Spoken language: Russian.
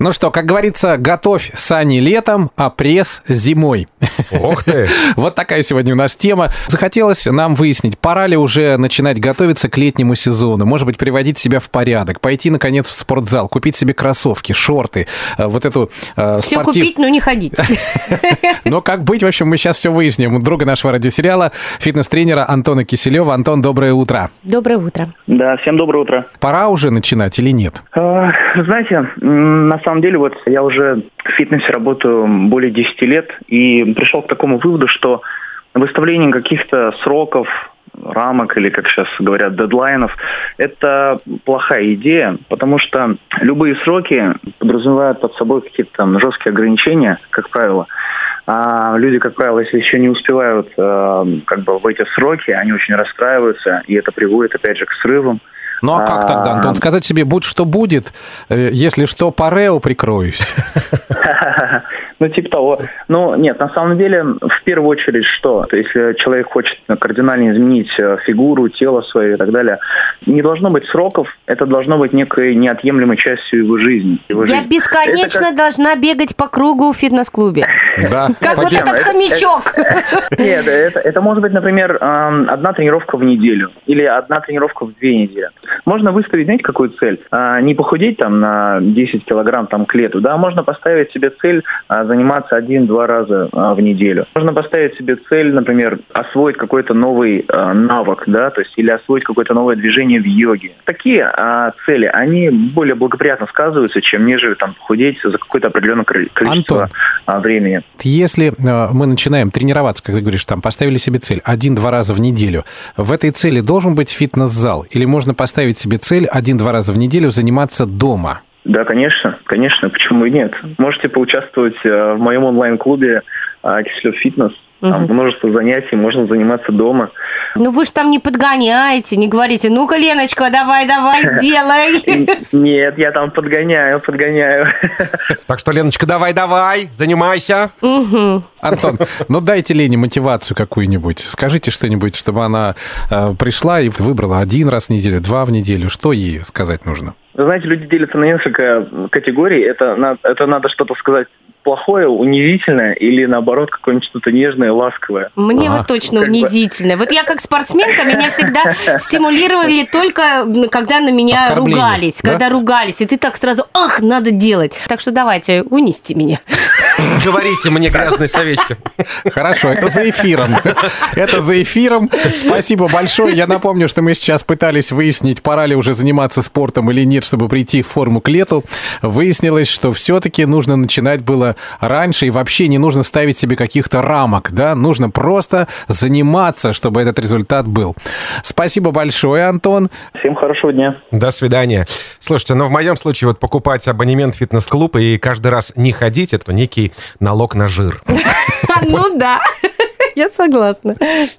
Ну что, как говорится, готовь сани летом, а пресс зимой. Ох ты! Вот такая сегодня у нас тема. Захотелось нам выяснить, пора ли уже начинать готовиться к летнему сезону, может быть, приводить себя в порядок, пойти, наконец, в спортзал, купить себе кроссовки, шорты, вот эту Все купить, но не ходить. Но как быть, в общем, мы сейчас все выясним. У друга нашего радиосериала, фитнес-тренера Антона Киселева. Антон, доброе утро. Доброе утро. Да, всем доброе утро. Пора уже начинать или нет? Знаете, на самом деле, вот я уже в фитнесе работаю более 10 лет и пришел к такому выводу, что выставление каких-то сроков, рамок или, как сейчас говорят, дедлайнов, это плохая идея, потому что любые сроки подразумевают под собой какие-то там жесткие ограничения, как правило. А люди, как правило, если еще не успевают в эти сроки, они очень расстраиваются, и это приводит, опять же, к срывам. Ну а как тогда, Антон? Сказать себе, будь что будет, если что, парео прикроюсь. Ну, типа того. Ну, нет, на самом деле, в первую очередь, что? То есть, если человек хочет кардинально изменить фигуру, тело свое и так далее, не должно быть сроков, это должно быть некой неотъемлемой частью его жизни. Я бесконечно должна бегать по кругу в фитнес-клубе. Да. Как вот этот хомячок. Нет, это может быть, например, одна тренировка в неделю или одна тренировка в 2 недели. Можно выставить, знаете, какую цель? Не похудеть там на 10 килограмм там, к лету, да, можно поставить себе цель заниматься 1-2 раза в неделю. Можно поставить себе цель, например, освоить какой-то новый навык, да, то есть или освоить какое-то новое движение в йоге. Такие цели, они более благоприятно сказываются, чем нежели там похудеть за какое-то определенное количество времени. Если мы начинаем тренироваться, как ты говоришь, там поставили себе цель 1-2 раза в неделю, в этой цели должен быть фитнес-зал? Или можно поставить себе цель 1-2 раза в неделю заниматься дома? Да, конечно, почему и нет. Можете поучаствовать в моем онлайн-клубе Киселев Фитнес. Там множество занятий, можно заниматься дома. Ну вы же там не подгоняете, не говорите, ну-ка, Леночка, давай, делай. Нет, я там подгоняю. Так что, Леночка, давай, занимайся. Антон, ну дайте Лене мотивацию какую-нибудь. Скажите что-нибудь, чтобы она пришла и выбрала 1 раз в неделю, 2 в неделю. Что ей сказать нужно? Вы знаете, люди делятся на несколько категорий. Это надо что-то сказать плохое, унизительное или, наоборот, какое-нибудь что-то нежное, ласковое. Мне вот точно унизительное. Вот я как спортсменка, меня всегда стимулировали только, когда на меня ругались. Да? Когда ругались, и ты так сразу, надо делать. Так что давайте, унести меня. Говорите мне грязные словечки. Хорошо, это за эфиром. Спасибо большое. Я напомню, что мы сейчас пытались выяснить, пора ли уже заниматься спортом или нет, чтобы прийти в форму к лету. Выяснилось, что все-таки нужно начинать было раньше, и вообще не нужно ставить себе каких-то рамок, да? Нужно просто заниматься, чтобы этот результат был. Спасибо большое, Антон. Всем хорошего дня. До свидания. Слушайте, в моем случае вот покупать абонемент в фитнес-клуб и каждый раз не ходить, это некий налог на жир. Ну да, я согласна.